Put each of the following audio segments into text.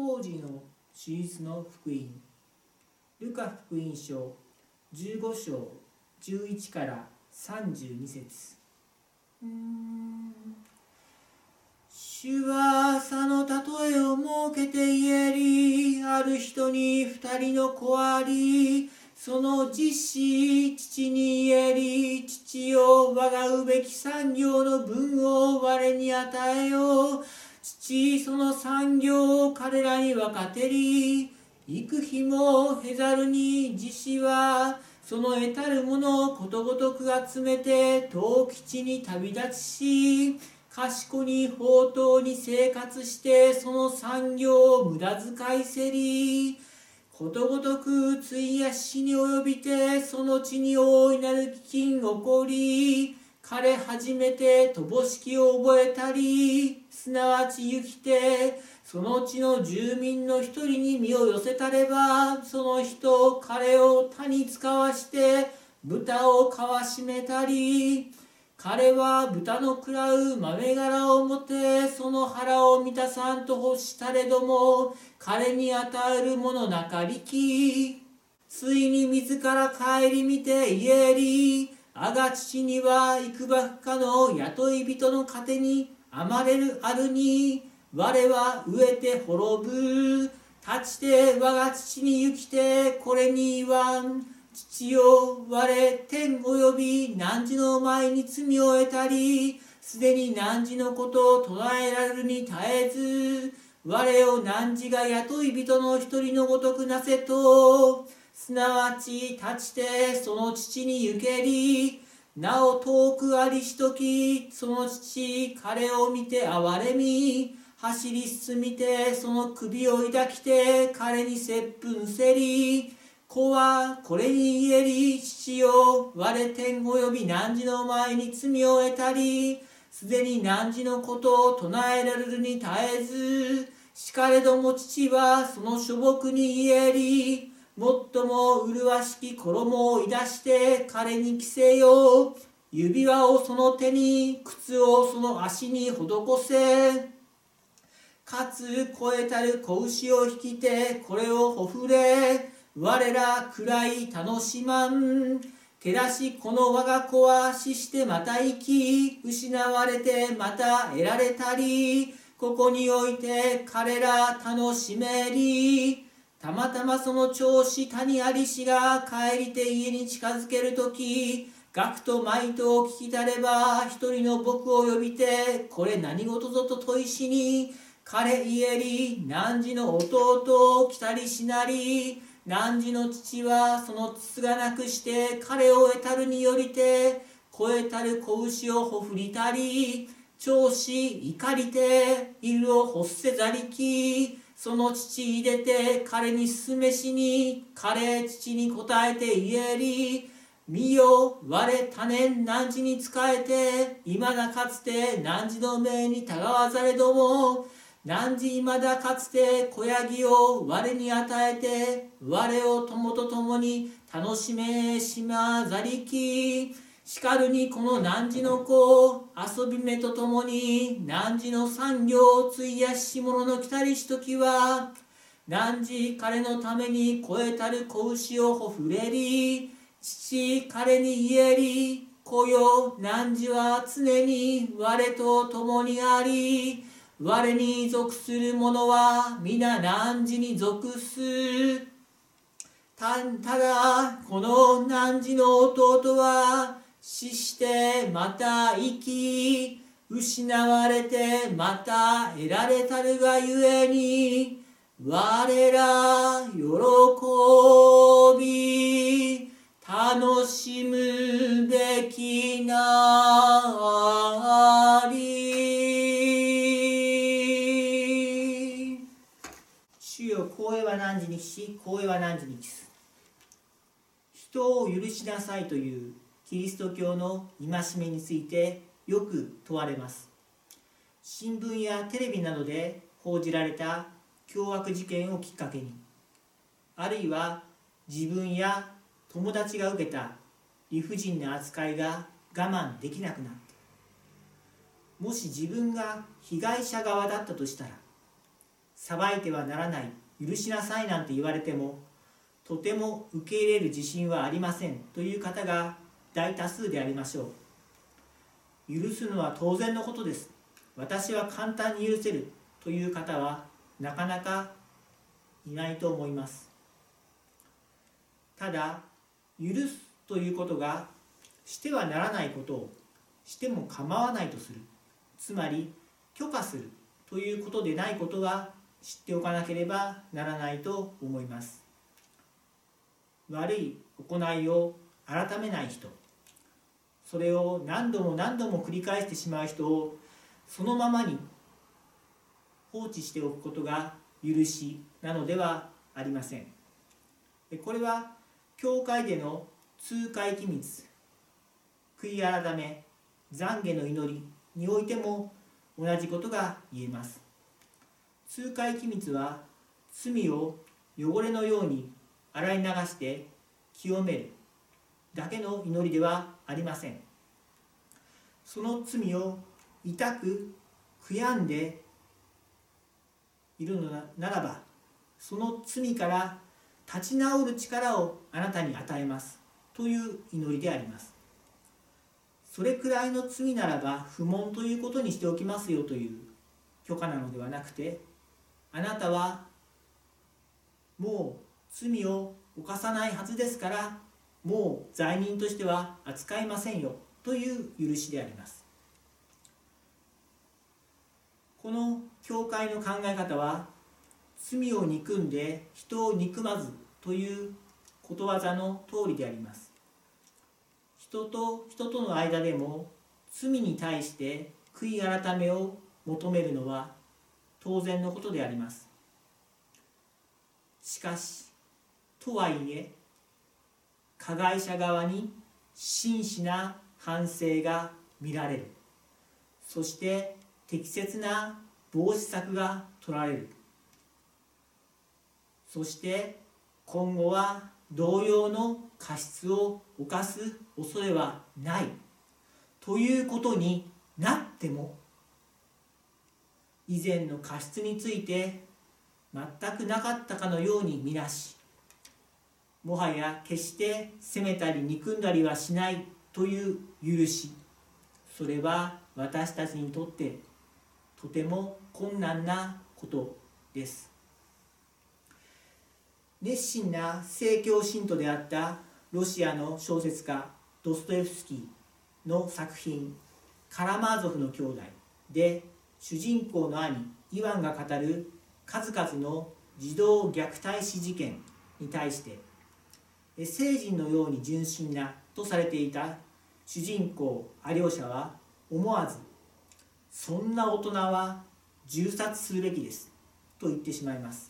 当時の手術の福音。ルカ福音書15章11から32節。主はその例えを設けて言えり、ある人に2人の子あり、その実子父に言えり、父よ、我がうべき産業の分を我に与えよう。父その産業を彼らに分かてり、幾日も経ざるに実子はその得たるものをことごとく集めて遠き地に旅立ちし、賢に放蕩に生活してその産業を無駄遣いせり、ことごとく費やしに及びてその地に大いなる飢饉起こり、彼初めて乏しきを覚えたり、すなわち行きてその地の住民の一人に身を寄せたれば、その人彼を田に使わして豚をかわしめたり、彼は豚の食らう豆殻をもてその腹を満たさんと欲したれども、彼に与えるものなかりき。ついに自ら顧みて言えり、我が父には幾ばくかの雇い人の糧に余れるあるに、我は飢えて滅ぶ。立ちて我が父に行きてこれに言わん。父よ、我天および汝の前に罪を得たり、すでに汝のことを唱えられるに絶えず、我を汝が雇い人の一人のごとくなせと、すなわち立ちてその父に行けり、なお遠くありしとき、その父彼を見て憐れみ、走り進みてその首を抱きて彼に接吻せり、子はこれに言えり、父よ、我天および汝の前に罪を得たり、すでに汝のことを唱えられるに絶えず、しかれども父はその諸僕に言えり、もっとも麗しき衣をいだして彼に着せよう。指輪をその手に、靴をその足に施せ。かつ肥えたる子牛を引きてこれをほふれ。我ら暗い楽しまん。けだしこの我が子は死してまた生き、失われてまた得られたり、ここにおいて彼ら楽しめり。たまたまその長子谷ありしが帰りて家に近づけるとき、学と舞とを聞きたれば、一人の僕を呼びて、これ何事ぞと問いしに、彼言えり、汝の弟を来たりしなり、汝の父はそのつがなくして彼を得たるによりて、肥えたる子牛をほふりたり、長子怒りて犬を欲せざりき、その父いでて彼に勧めしに、彼父に答えて言えり、見よ、我多年汝に仕えて、いまだかつて汝の命にたがわざれども、汝いまだかつて子ヤギを我に与えて、我を友と共に楽しめしまざりき。しかるにこの汝の子、遊び目と共に汝の産業を費やし者の来たりしときは、汝彼のために肥えたる子牛をほふれり、父彼に言えり、子よ、汝は常に我と共にあり、我に属する者は皆汝に属す。ただこの汝の弟は死してまた生き、失われてまた得られたるがゆえに、我ら喜び楽しむべきなり。主よ、光栄は汝にし、光栄は汝に帰す。人を許しなさいというキリスト教の戒めについてよく問われます。新聞やテレビなどで報じられた凶悪事件をきっかけに、あるいは自分や友達が受けた理不尽な扱いが我慢できなくなって、もし自分が被害者側だったとしたら、 裁いてはならない、許しなさいなんて言われても、とても受け入れる自信はありませんという方が大多数でありましょう。許すのは当然のことです。私は簡単に許せるという方はなかなかいないと思います。ただ、許すということがしてはならないことをしても構わないとする、つまり許可するということでないことは知っておかなければならないと思います。悪い行いを改めない人、それを何度も何度も繰り返してしまう人をそのままに放置しておくことが許しなのではありません。これは教会での通会機密、悔い改め、懺悔の祈りにおいても同じことが言えます。通会機密は罪を汚れのように洗い流して清めるだけの祈りではありません。その罪を痛く悔やんでいるのならば、その罪から立ち直る力をあなたに与えますという祈りであります。それくらいの罪ならば不問ということにしておきますよという許可なのではなくて、あなたはもう罪を犯さないはずですから、もう罪人としては扱いませんよという許しであります。この教会の考え方は、罪を憎んで人を憎まずということわざの通りであります。人と人との間でも罪に対して悔い改めを求めるのは当然のことであります。しかし、とはいえ、加害者側に真摯な反省が見られる。そして適切な防止策が取られる。そして今後は同様の過失を犯す恐れはないということになっても、以前の過失について全くなかったかのように見なし、もはや決して責めたり憎んだりはしないという許し、それは私たちにとってとても困難なことです。熱心な正教信徒であったロシアの小説家ドストエフスキーの作品「カラマーゾフの兄弟」で、主人公の兄イワンが語る数々の児童虐待死事件に対して、聖人のように純真なとされていた主人公アリョーシャは思わず、そんな大人は銃殺するべきですと言ってしまいます。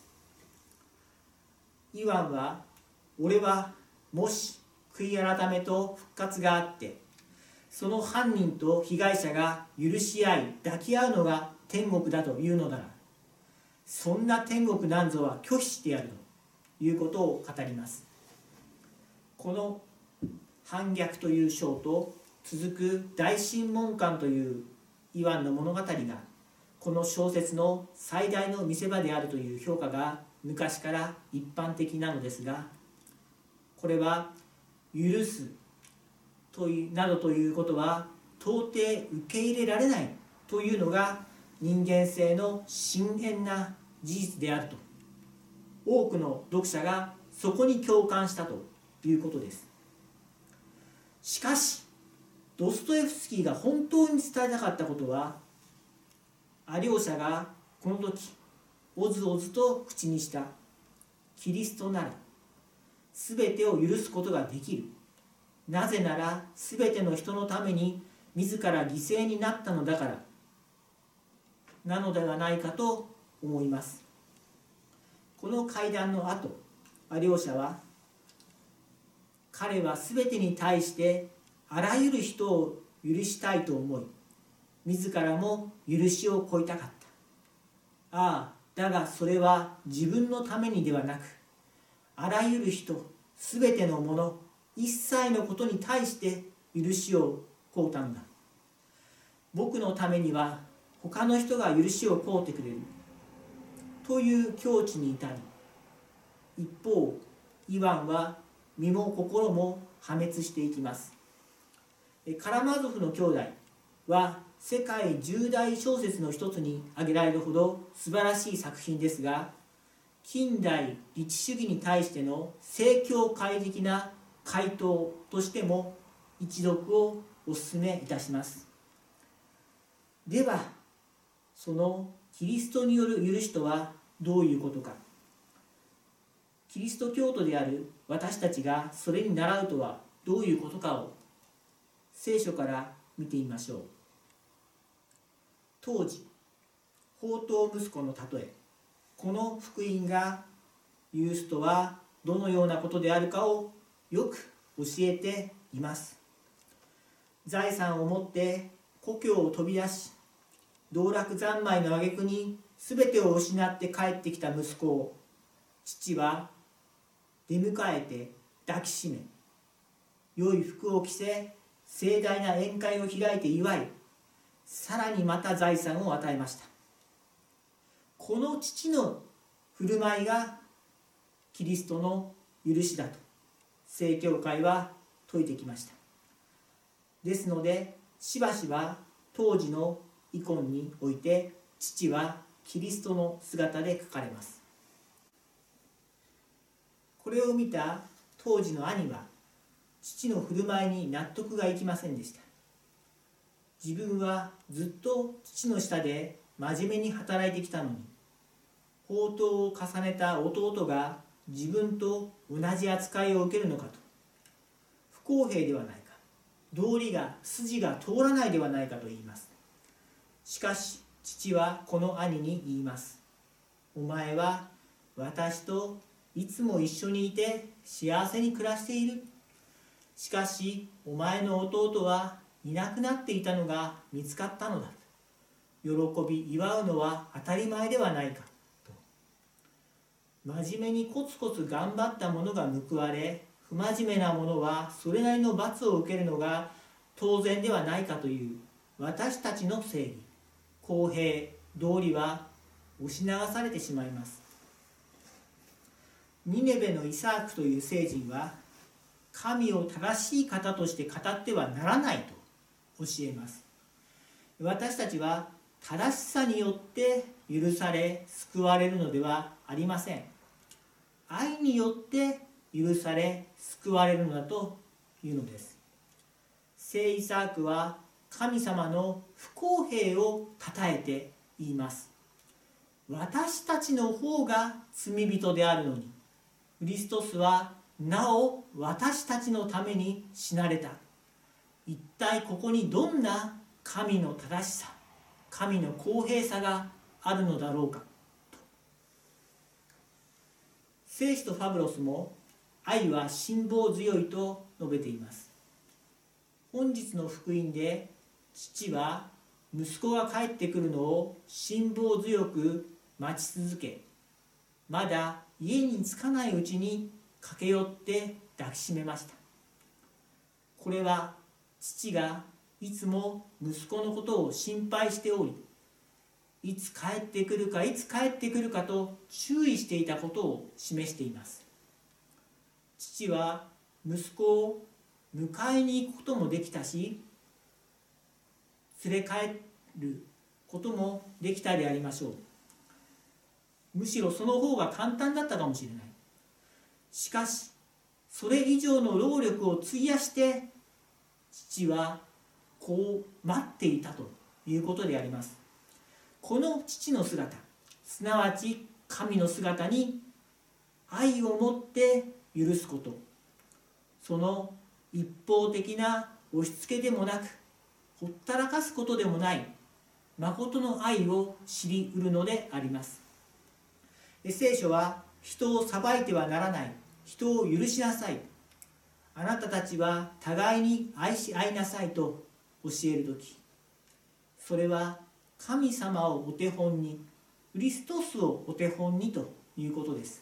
イワンは、俺はもし悔い改めと復活があって、その犯人と被害者が許し合い抱き合うのが天国だというのなら、そんな天国なんぞは拒否してやるということを語ります。この反逆という章と続く大審問官というイワンの物語が、この小説の最大の見せ場であるという評価が昔から一般的なのですが、これは許すというなどということは到底受け入れられないというのが人間性の深遠な事実であると、多くの読者がそこに共感したということです。しかし、ドストエフスキーが本当に伝えたかったことは、アリョーシャがこの時おずおずと口にしたキリストなら全てを許すことができる、なぜなら全ての人のために自ら犠牲になったのだからなのではないかと思います。この会談の後、アリョーシャは、彼は全てに対してあらゆる人を許したいと思い、自らも許しを請いたかった。ああ、だがそれは自分のためにではなく、あらゆる人、すべてのもの、一切のことに対して許しを請うたんだ。僕のためには他の人が許しを請うてくれる。 という境地に至り、一方イワンは身も心も破滅していきます。カラマゾフの兄弟は世界10大小説の一つに挙げられるほど素晴らしい作品ですが、近代理知主義に対しての正教会的な回答としても一読をお勧めいたします。では、そのキリストによる許しとはどういうことか。キリスト教徒である私たちがそれに倣うとはどういうことかを聖書から見てみましょう。当時、放蕩息子の例え、この福音が許すとはどのようなことであるかをよく教えています。財産を持って故郷を飛び出し、道楽三昧の挙句に全てを失って帰ってきた息子を父は出迎えて抱きしめ、良い服を着せ、盛大な宴会を開いて祝い、さらにまた財産を与えました。この父の振る舞いがキリストの許しだと正教会は説いてきました。ですので、しばしば当時のイコンにおいて父はキリストの姿で書かれます。これを見た当時の兄は父の振る舞いに納得がいきませんでした。自分はずっと父の下で真面目に働いてきたのに、放蕩を重ねた弟が自分と同じ扱いを受けるのかと、不公平ではないか、道理が筋が通らないではないかと言います。しかし父はこの兄に言います。お前は私といつも一緒にいて幸せに暮らしている。しかしお前の弟はいなくなっていたのが見つかったのだ。喜び祝うのは当たり前ではないかと。真面目にコツコツ頑張った者が報われ、不真面目な者はそれなりの罰を受けるのが当然ではないかという私たちの正義、公平、道理は押し流されてしまいます。ニネベのイサークという聖人は、神を正しい方として語ってはならないと教えます。私たちは正しさによって許され救われるのではありません。愛によって許され救われるのだというのです。聖イサークは神様の不公平を称えて言います。私たちの方が罪人であるのに、クリストスはなお私たちのために死なれた。一体ここにどんな神の正しさ、神の公平さがあるのだろうかと。聖使徒ファブロスも愛は辛抱強いと述べています。本日の福音で父は息子が帰ってくるのを辛抱強く待ち続け、まだ家に着かないうちに駆け寄って抱きしめました。これは父がいつも息子のことを心配しており、いつ帰ってくるかいつ帰ってくるかと注意していたことを示しています。父は息子を迎えに行くこともできたし、連れ帰ることもできたでありましょう。むしろその方が簡単だったかもしれない。しかしそれ以上の労力を費やして父はこう待っていたということであります。この父の姿、すなわち神の姿に愛を持って許すこと、その一方的な押し付けでもなく、ほったらかすことでもない誠の愛を知り得るのであります。聖書は人を裁いてはならない、人を許しなさい、あなたたちは互いに愛し合いなさいと教えるとき、それは神様をお手本に、クリストスをお手本にということです。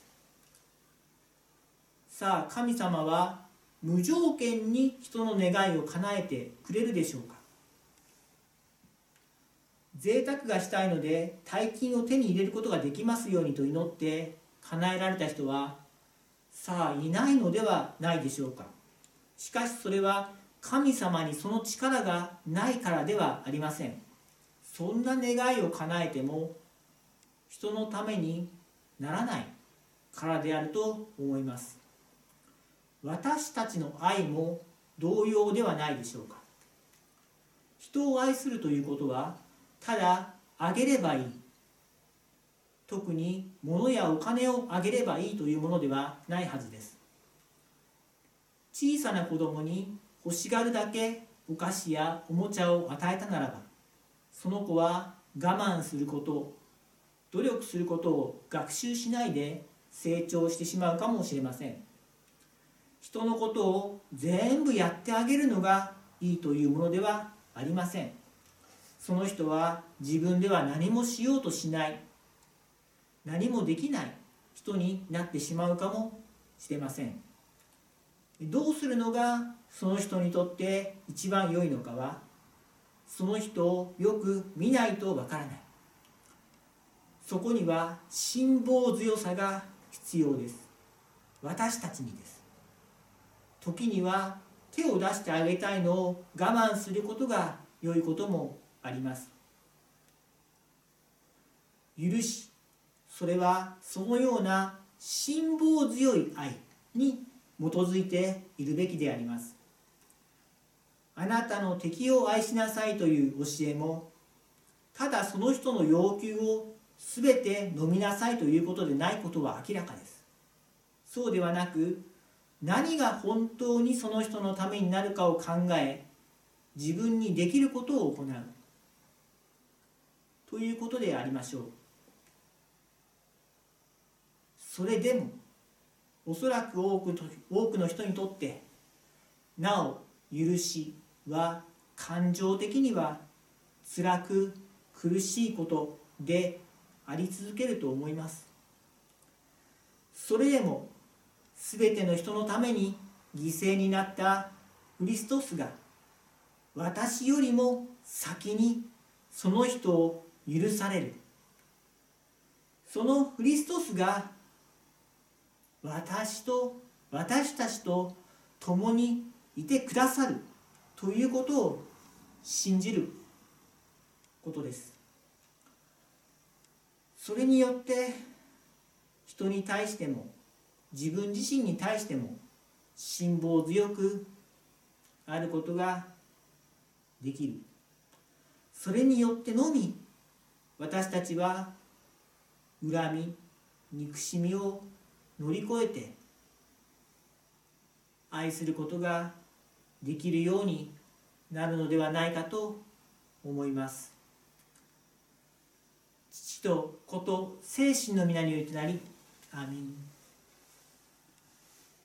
さあ、神様は無条件に人の願いを叶えてくれるでしょうか。 贅沢がしたいので大金を手に入れることができますようにと祈って叶えられた人はさあいないのではないでしょうか。しかしそれは神様にその力がないからではありません。そんな願いを叶えても人のためにならないからであると思います。私たちの愛も同様ではないでしょうか。人を愛するということはただあげればいい、特に物やお金をあげればいいというものではないはずです。小さな子供に欲しがるだけお菓子やおもちゃを与えたならば、その子は我慢すること、努力することを学習しないで成長してしまうかもしれません。人のことを全部やってあげるのがいいというものではありません。その人は自分では何もしようとしない、何もできない人になってしまうかもしれません。どうするのがその人にとって一番良いのかは、その人をよく見ないとわからない。そこには辛抱強さが必要です。私たちにです。時には手を出してあげたいのを我慢することが良いこともあります。許し、それはそのような辛抱強い愛に基づいているべきであります。あなたの敵を愛しなさいという教えも、ただその人の要求をすべて飲みなさいということでないことは明らかです。そうではなく、何が本当にその人のためになるかを考え、自分にできることを行うということでありましょう。それでもおそらく多くの人にとってなお許しは感情的には辛く苦しいことであり続けると思います。それでもすべての人のために犠牲になったクリストスが私よりも先にその人を許される、そのクリストスが私たちと共にいてくださるということを信じることです。それによって人に対しても自分自身に対しても辛抱強くあることができる。それによってのみ私たちは恨み、憎しみを乗り越えて愛することができるようになるのではないかと思います。父と子と聖神の皆によりとなり、アーメン。